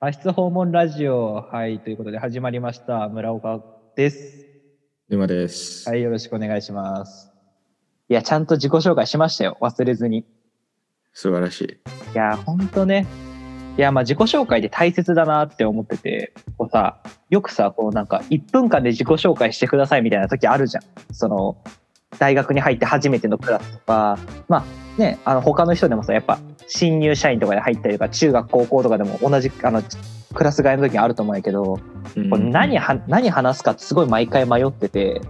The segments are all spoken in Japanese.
派出訪問ラジオ、はい、ということで始まりました。村岡です。 沼です。 はい、よろしくお願いします。いや、ちゃんと自己紹介しましたよ。忘れずに。 素晴らしい。 いや、ほんとね。いや、自己紹介で大切だなって思ってて、こうさ、よくさ、こうなんか1分間で自己紹介してくださいみたいな時あるじゃん。大学に入って初めてのクラスとか、他の人でもさ、やっぱ新入社員とかで入ったりとか、中学高校とかでも同じクラス替えの時にあると思うんやけど、これ何話すかってすごい毎回迷ってて、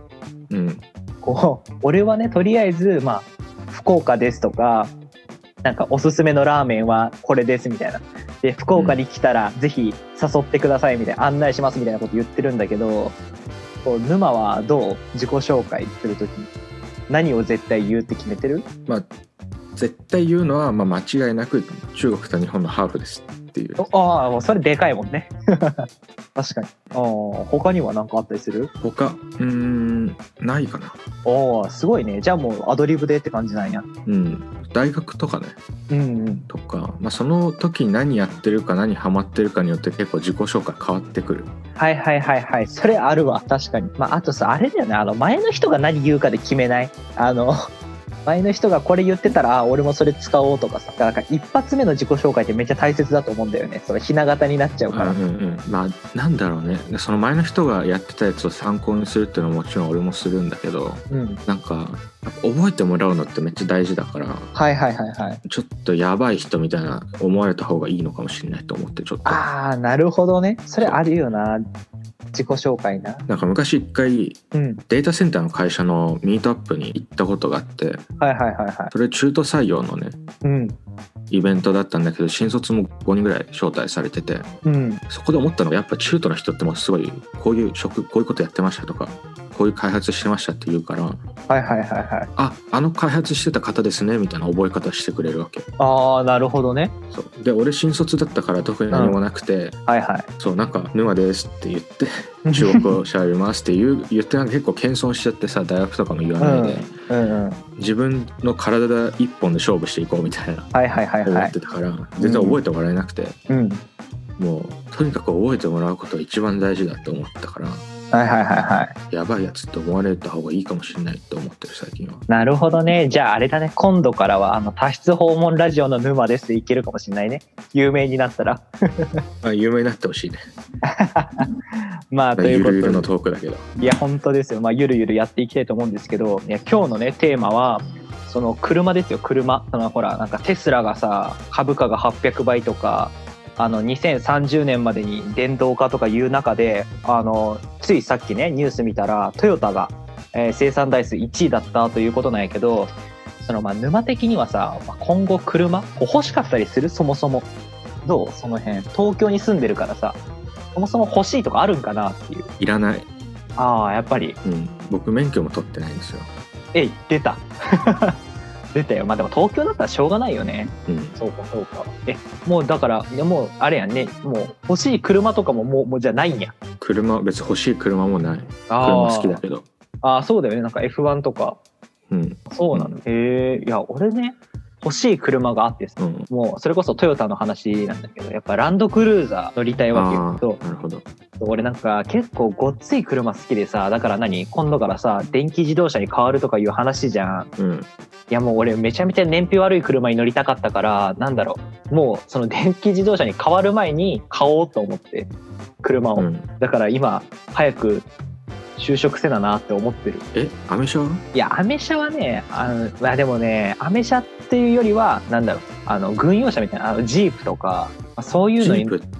俺はね、とりあえず福岡ですとか、なんかおすすめのラーメンはこれですみたいな、で福岡に来たらぜひ誘ってくださいみたいな、案内しますみたいなこと言ってるんだけど、沼はどう？自己紹介する時何を絶対言うって決めてる？ 絶対言うのは、間違いなく中国と日本のハーフですっていう。 もうそれでかいもんね。確かに。他には何かあったりする？ ないかな。 すごいね。じゃあもうアドリブでって感じなんや。 大学とかね、とか、その時に何やってるか何ハマってるかによって結構自己紹介変わってくる。 はいそれあるわ。確かに。あとさ、あれだよね、前の人が何言うかで決めない？前の人がこれ言ってたら俺もそれ使おうとかさ、だから一発目の自己紹介ってめっちゃ大切だと思うんだよね。それひな形になっちゃうから。 なんだろうね、その前の人がやってたやつを参考にするっていうのはもちろん俺もするんだけど、なんか覚えてもらうのってめっちゃ大事だから、ちょっとやばい人みたいな思われた方がいいのかもしれないと思って、ちょっと。 なるほどね。それあるよな、自己紹介な。 なんか昔一回、データセンターの会社のミートアップに行ったことがあって、それ中途採用のね、イベントだったんだけど、新卒も5人ぐらい招待されてて、そこで思ったのが、やっぱ中途の人ってもうすごいこういうことやってましたとか、こういう開発してましたって言うから、あの開発してた方ですねみたいな覚え方してくれるわけ。 なるほどね。 そうで、俺新卒だったから特に何もなくて、そう、なんか沼ですって言って中国語喋りますって言ってなんか結構謙遜しちゃってさ、大学とかも言わないで、自分の体一本で勝負していこうみたいな思ってたから、全然覚えてもらえなくて、もうとにかく覚えてもらうことが一番大事だって思ったから、やばいやつって思われた方がいいかもしれないと思ってる最近は。 なるほどね。じゃああれだね、今度からは多室訪問ラジオの沼ですっていけるかもしれないね、有名になったら。 有名になってほしいね。 ということで、 ゆるゆるのトークだけど、 いや本当ですよ。ゆるゆるやっていきたいと思うんですけど、いや今日のねテーマはその車ですよ。車。ほらなんかテスラがさ、株価が800倍とか、2030年までに電動化とかいう中で、ついさっきねニュース見たらトヨタが、生産台数1位だったということなんやけど、沼的にはさ、今後車欲しかったりする？そもそもどう？その辺東京に住んでるからさ、そもそも欲しいとかあるんかなっていう。 いらない。 やっぱり、 僕免許も取ってないんですよ。 出た。出たよ。でも東京だったらしょうがないよね。そうか。もうだからもうあれやんね、もう欲しい車とかももうじゃないんや。 別に欲しい車もない。車好きだけど。 そうだよね。なんか F1 とか。そうなの。いや俺ね、欲しい車があってさ、もうそれこそトヨタの話なんだけど、やっぱランドクルーザー乗りたいわけよ。 なるほど。 俺なんか結構ごっつい車好きでさ、だから今度からさ電気自動車に変わるとかいう話じゃん。いやもう俺めちゃめちゃ燃費悪い車に乗りたかったから、もうその電気自動車に変わる前に買おうと思って車を、だから今早く就職せななって思ってる。 アメ車は？ いやアメ車はね、でもね、アメ車っていうよりは軍用車みたいなジープとか、そういうのに。 ジープって、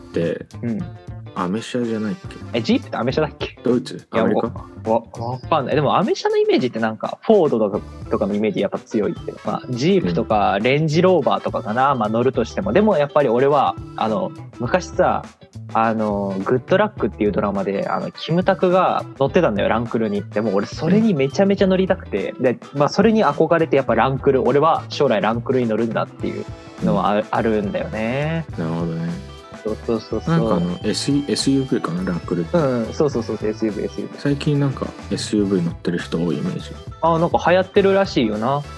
アメ車じゃないっけ？ ジープってアメ車だっけ？ ドイツ？アメリカ？ わかんない。でもアメ車のイメージってなんかフォードとかのイメージやっぱ強いって、ジープとかレンジローバーとかかな、乗るとしても。でもやっぱり俺は昔さ、グッドラックっていうドラマでキムタクが乗ってたんだよ、ランクルに。でも俺それにめちゃめちゃ乗りたくて、でそれに憧れて、やっぱランクル、俺は将来ランクルに乗るんだっていうのはあるんだよね。 なるほどね。 そうなんかSUV かな、ランクルって。 そう SUV。 最近なんか SUV 乗ってる人多いイメージ。 なんか流行ってるらしいよな。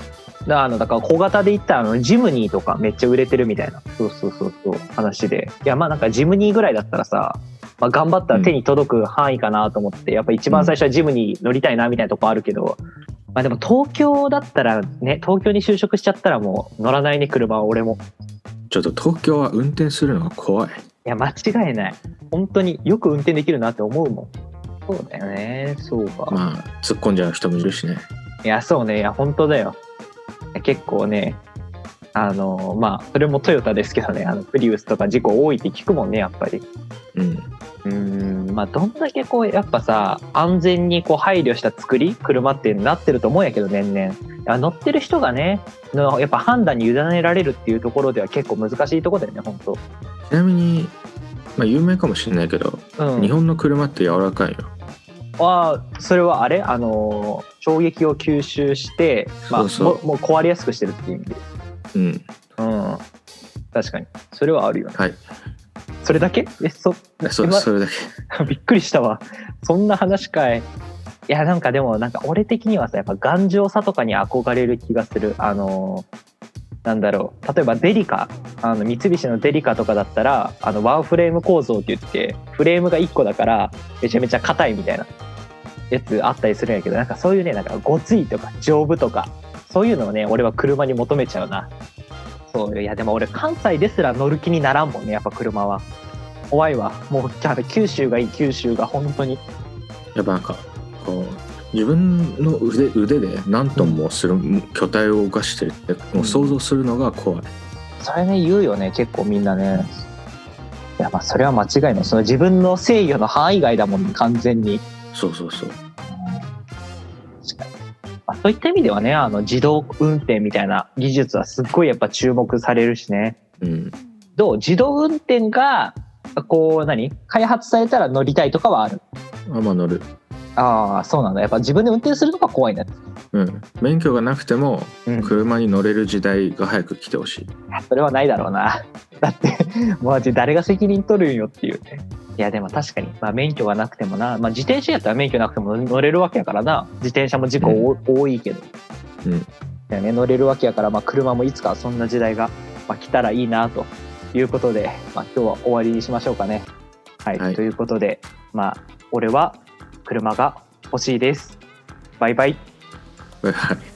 だから小型で言ったらジムニーとかめっちゃ売れてるみたいなそう話で、いやまあなんかジムニーぐらいだったらさ、まあ、頑張ったら手に届く範囲かなと思って、やっぱ一番最初はジムに乗りたいなみたいなとこあるけど、まあでも東京だったらね、東京に就職しちゃったらもう乗らないね、車は。俺もちょっと東京は運転するのが怖い。いや間違いない、本当によく運転できるなって思うもん。そうだよね。そうか。 まあ突っ込んじゃう人もいるしね。 いやそうね、いや本当だよ。結構ね、まあそれもトヨタですけどね、プリウスとか事故多いって聞くもんね、やっぱり。まあどんだけこうやっぱさ、安全にこう配慮した作り車ってなってると思うんやけど、年々乗ってる人がねのやっぱ判断に委ねられるっていうところでは結構難しいところだよね、本当。 ちなみに、まあ有名かもしれないけど、日本の車って柔らかいよ。 それはあれ、衝撃を吸収して、まあ、もう壊れやすくしてるっていう意味で。確かにそれはあるよね。 はい。 それだけ？ それだけ。びっくりしたわ。そんな話かい。いやなんかでもなんか俺的にはさ、やっぱ頑丈さとかに憧れる気がする。なんだろう、例えばデリカ、三菱のデリカとかだったらワンフレーム構造って言ってフレームが1個だからめちゃめちゃ硬いみたいなやつあったりするんやけど、なんかそういうね、なんかごついとか丈夫とかそういうのをね、俺は車に求めちゃうな。そういやでも俺関西ですら乗る気にならんもんね、やっぱ車は。怖いわ。もうじゃあ九州がいい、九州が本当に。 やっぱなんかこう自分の腕で何トンもする巨体を動かしてるってもう想像するのが怖い。 それね言うよね、結構みんなね。いやまあそれは間違いない。その自分の制御の範囲外だもんね、完全に。 そう。 確かに。まあ、そういった意味ではね、自動運転みたいな技術はすっごいやっぱ注目されるしね。どう？自動運転がこう開発されたら乗りたいとかはある？ まあ乗る。 そうなんだ。やっぱ自分で運転するのが怖いね。 免許がなくても車に乗れる時代が早く来てほしい。 それはないだろうな。だってマジ誰が責任取るんよっていうね。いやでも確かに、まあ、免許がなくてもな、まあ、自転車やったら免許なくても乗れるわけやからな。自転車も事故、多いけど、乗れるわけやから、まあ、車もいつかそんな時代が、まあ、来たらいいなということで、まあ、今日は終わりにしましょうかね。はい、ということで、まあ俺は車が欲しいです。バイバイ。 はい。